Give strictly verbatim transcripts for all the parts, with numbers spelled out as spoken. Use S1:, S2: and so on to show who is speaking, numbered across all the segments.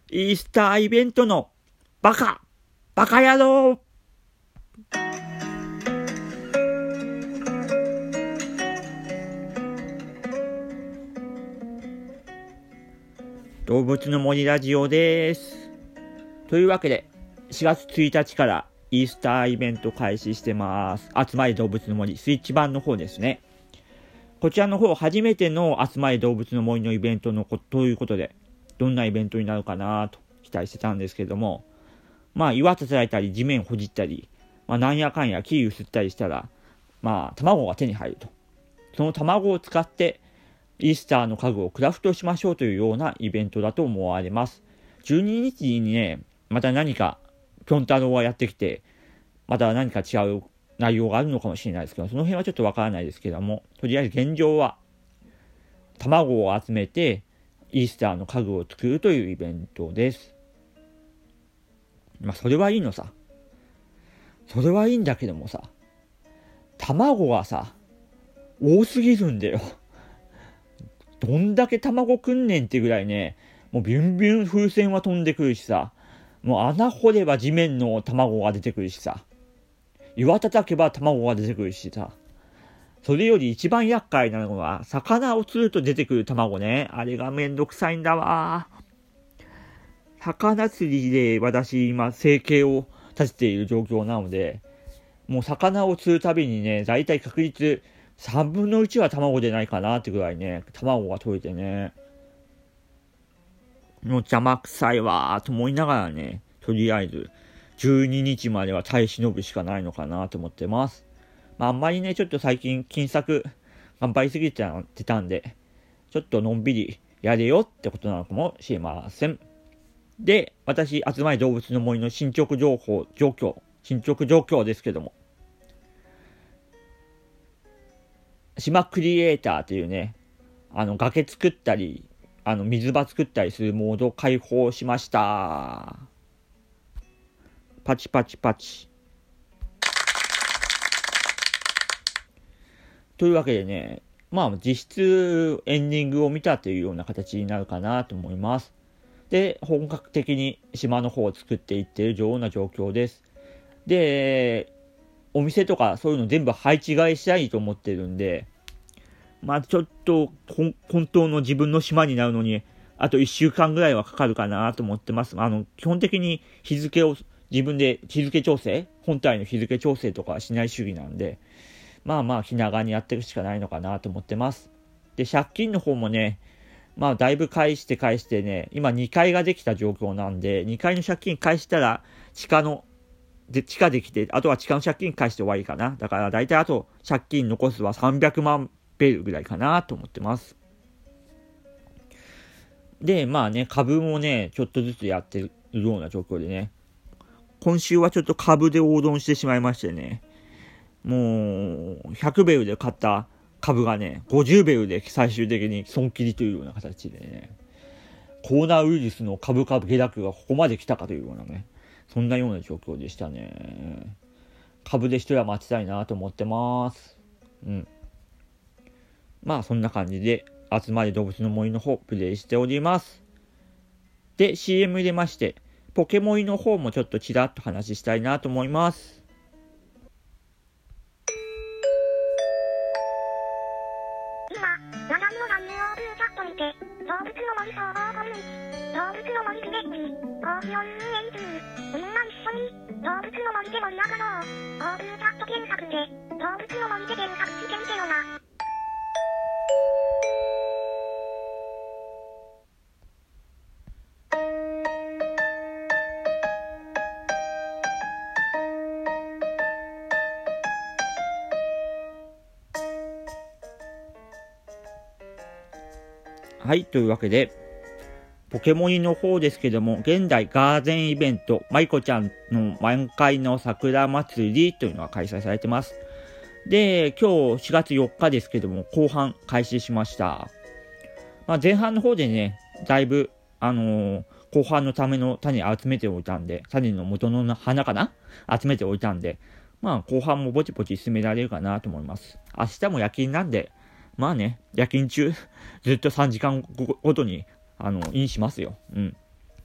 S1: イースターイベントのバカバカ野郎。動物の森ラジオです。というわけでしがつついたちからイースターイベント開始してます。集まり動物の森スイッチ版の方ですね。こちらの方初めての集まり動物の森のイベントのことということで、どんなイベントになるかなと期待してたんですけども、まあ岩立てられたり地面ほじったり、まあ、なんやかんや木ゆすったりしたら、まあ卵が手に入ると。その卵を使ってイースターの家具をクラフトしましょうというようなイベントだと思われます。じゅうににちにね、また何かぴょん太郎がやってきて、また何か違う内容があるのかもしれないですけど、その辺はちょっとわからないですけども、とりあえず現状は卵を集めてイースターの家具を作るというイベントです。まあそれはいいのさ。それはいいんだけどもさ、卵がさ多すぎるんだよ。どんだけ卵くんねんってぐらいね、もうビュンビュン風船は飛んでくるしさ、もう穴掘れば地面の卵が出てくるしさ、岩叩けば卵が出てくるしさ、それより一番厄介なのは魚を釣ると出てくる卵ね。あれがめんどくさいんだわ。魚釣りで私今生計を立てている状況なので、もう魚を釣るたびにね、だいたい確率さんぶんのいちは卵でないかなってぐらいね、卵が取れてね、もう邪魔くさいわーと思いながらね、とりあえずじゅうににちまでは耐え忍ぶしかないのかなと思ってます。まああんまりね、ちょっと最近金策頑張りすぎてたんで、ちょっとのんびりやれよってことなのかもしれません。で、私、集まり動物の森の進捗情報、状況、進捗状況ですけども、島クリエイターというね、あの崖作ったり、あの水場作ったりするモードを開放しました。パチパチパチ。というわけでね、まあ実質エンディングを見たというような形になるかなと思います。で、本格的に島の方を作っていっているような状況です。で、お店とかそういうの全部配置換えしたいと思ってるんで、まあちょっと本当の自分の島になるのにあといっしゅうかんぐらいはかかるかなと思ってます。あの基本的に日付を自分で日付調整、本体の日付調整とかはしない主義なんで、まあまあ気長にやっていくしかないのかなと思ってます。で、借金の方もね、まあだいぶ返して返してね、今にかいができた状況なんで、にかいの借金返したら地下ので地下できて、あとは地下の借金返して終わりかな。だからだいたいあと借金残すはさんびゃくまんベルぐらいかなと思ってます。で、まあね、株もね、ちょっとずつやってるような状況でね、今週はちょっと株で大損してしまいましてね、もうひゃくベルで買った株がね、ごじゅうベルで最終的に損切りというような形でね、コロナウイルスの株価下落がここまで来たかというようなね、そんなような状況でしたね。株で一山当てたいなと思ってます。うん。まあそんな感じで集まり動物の森の方プレイしております。で シーエム 入れましてポケモンの方もちょっとちらっと話したいなと思います。
S2: 今話題の番組をブーチャットにて動物の森総合コミュニティ動物の森ビレッジ講師を運営中。みんな一緒に動物の森で盛り上がろう。オーブーチャット検索で動物の森で検索してみてよな。
S1: はい、というわけでポケモンの方ですけども、現代ガーデンイベントマイコちゃんの満開の桜祭りというのが開催されてます。で、今日しがつよっかですけども後半開始しました。まあ、前半の方でね、だいぶあのー、後半のための種集めておいたんで、種の元の花かな集めておいたんで、まあ後半もぼちぼち進められるかなと思います。明日も夜勤なんで、まあね、夜勤中ずっとさんじかんごとにあのインしますよ。うん。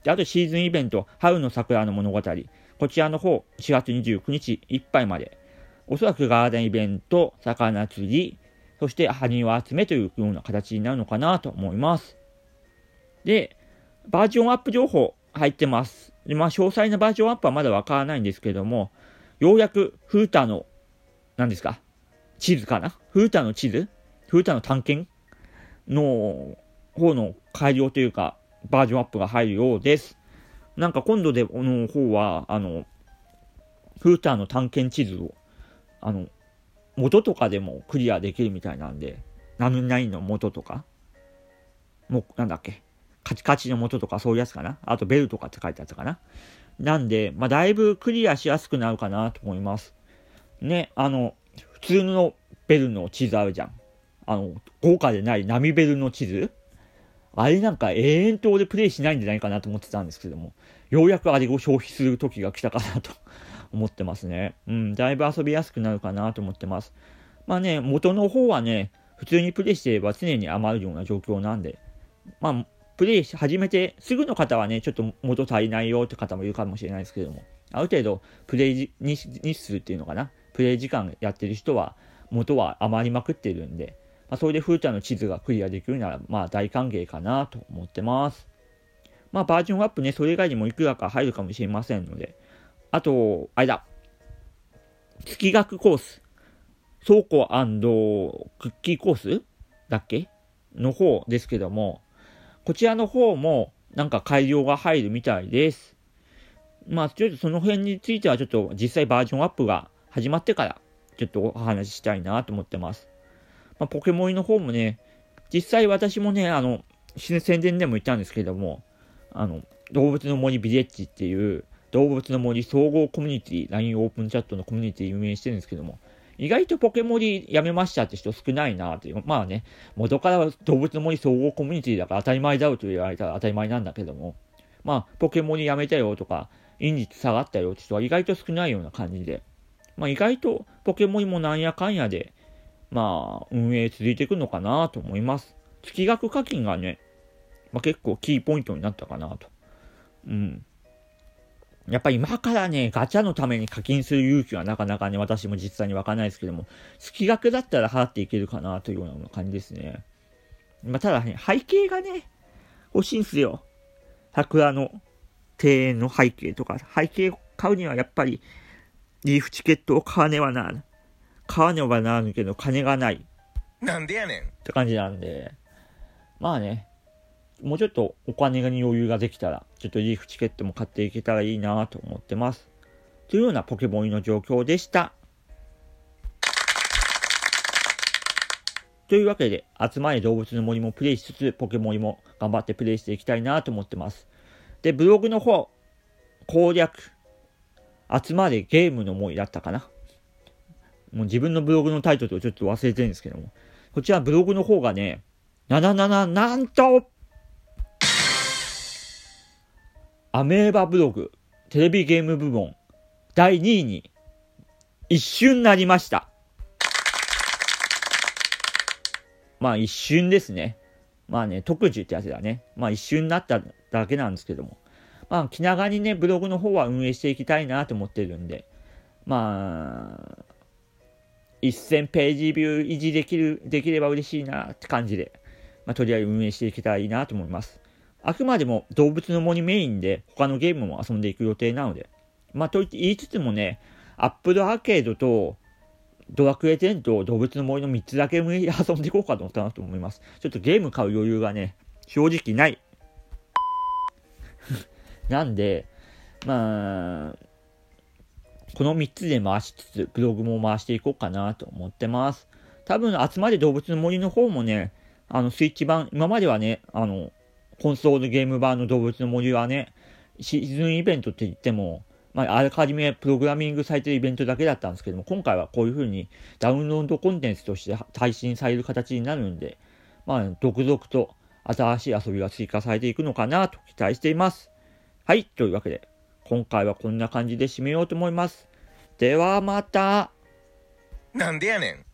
S1: で、あとシーズンイベント、春の桜の物語。こちらの方、しがつにじゅうくにちいっぱいまで。おそらくガーデンイベント、魚釣り、そして埴輪集めというような形になるのかなと思います。で、バージョンアップ情報入ってます。で、まあ、詳細なバージョンアップはまだわからないんですけども、ようやくフータの、何ですか、地図かなフータの地図フータの探検の方の改良というか、バージョンアップが入るようです。なんか今度での方は、あの、フータの探検地図を、あの、元とかでもクリアできるみたいなんで、何々の元とか、もう、なんだっけ、カチカチの元とかそういうやつかな。あとベルとかって書いてあったかな。なんで、まあ、だいぶクリアしやすくなるかなと思います。ね、あの、普通のベルの地図あるじゃん。あの、豪華でない波ベルの地図あれなんか永遠と俺プレイしないんじゃないかなと思ってたんですけども、ようやくあれを消費する時が来たかなと思ってますね。うん、だいぶ遊びやすくなるかなと思ってます。まあね、元の方はね、普通にプレイしていれば常に余るような状況なんで、まあ、プレイし始めてすぐの方はね、ちょっと元足りないよって方もいるかもしれないですけども、ある程度プレイ日数っていうのかな、プレイ時間やってる人は元は余りまくってるんで、まあ、それでフータの地図がクリアできるなら、まあ大歓迎かなと思ってます。まあバージョンアップね、それ以外にもいくらか入るかもしれませんので、あと、あれだ、月額コース、倉庫&クッキーコースだっけの方ですけども、こちらの方もなんか改良が入るみたいです。まあちょっとその辺についてはちょっと実際バージョンアップが始まってからちょっとお話ししたいなと思ってます。まあ、ポケモンの方もね、実際私もね、あの、宣伝でも言ったんですけども、あの、動物の森ビレッジっていう動物の森総合コミュニティ、ライン オープンチャットのコミュニティ運営してるんですけども、意外とポケモリやめましたって人少ないなっていう。まあね、元から動物の森総合コミュニティだから当たり前だろうと言われたら当たり前なんだけども、まあ、ポケモリやめたよとか、イン率下がったよって人は意外と少ないような感じで、まあ意外とポケモリもなんやかんやで、まあ、運営続いていくのかなと思います。月額課金がね、まあ、結構キーポイントになったかなと。うん。やっぱり今からね、ガチャのために課金する勇気はなかなかね、私も実際にわかんないですけども、月額だったら払っていけるかなというような感じですね。まあ、ただね、背景がね、欲しいんすよ。桜の庭園の背景とか、背景を買うにはやっぱり、リーフチケットを買わねばならない。買わねばならぬけど金がない
S3: なんでやねん
S1: って感じなんで、まあね、もうちょっとお金に余裕ができたらちょっとリーフチケットも買っていけたらいいなと思ってますというようなポケモンの状況でした。というわけで、集まれ動物の森もプレイしつつ、ポケモンも頑張ってプレイしていきたいなと思ってます。で、ブログの方、攻略、集まれゲームの森だったかな。もう自分のブログのタイトルをちょっと忘れてるんですけども、こちらブログの方がね、なななな、なんとアメーバブログ、テレビゲーム部門、だいにいに一瞬なりました。まあ一瞬ですね。まあね、特需ってやつだね。まあ一瞬になっただけなんですけども。まあ気長にね、ブログの方は運営していきたいなと思ってるんで、まあ、せんページビュー維持できる、できれば嬉しいなって感じで、まあ、とりあえず運営していけたらいいなと思います。あくまでも動物の森メインで他のゲームも遊んでいく予定なので、まあと言いつつもね、アップルアーケードとドラクエテンと動物の森のみっつだけ遊んでいこうかと思ったなと思います。ちょっとゲーム買う余裕がね、正直ない。なんで、まあ、このみっつで回しつつ、ブログも回していこうかなと思ってます。多分、集まれ動物の森の方もね、あの、スイッチ版、今まではね、あの、コンソールゲーム版の動物の森はね、シーズンイベントって言っても、まあ、あらかじめプログラミングされているイベントだけだったんですけども、今回はこういう風にダウンロードコンテンツとして配信される形になるんで、まあ、続々と新しい遊びが追加されていくのかなと期待しています。はい、というわけで、今回はこんな感じで締めようと思います。ではまた。
S3: なんでやねん。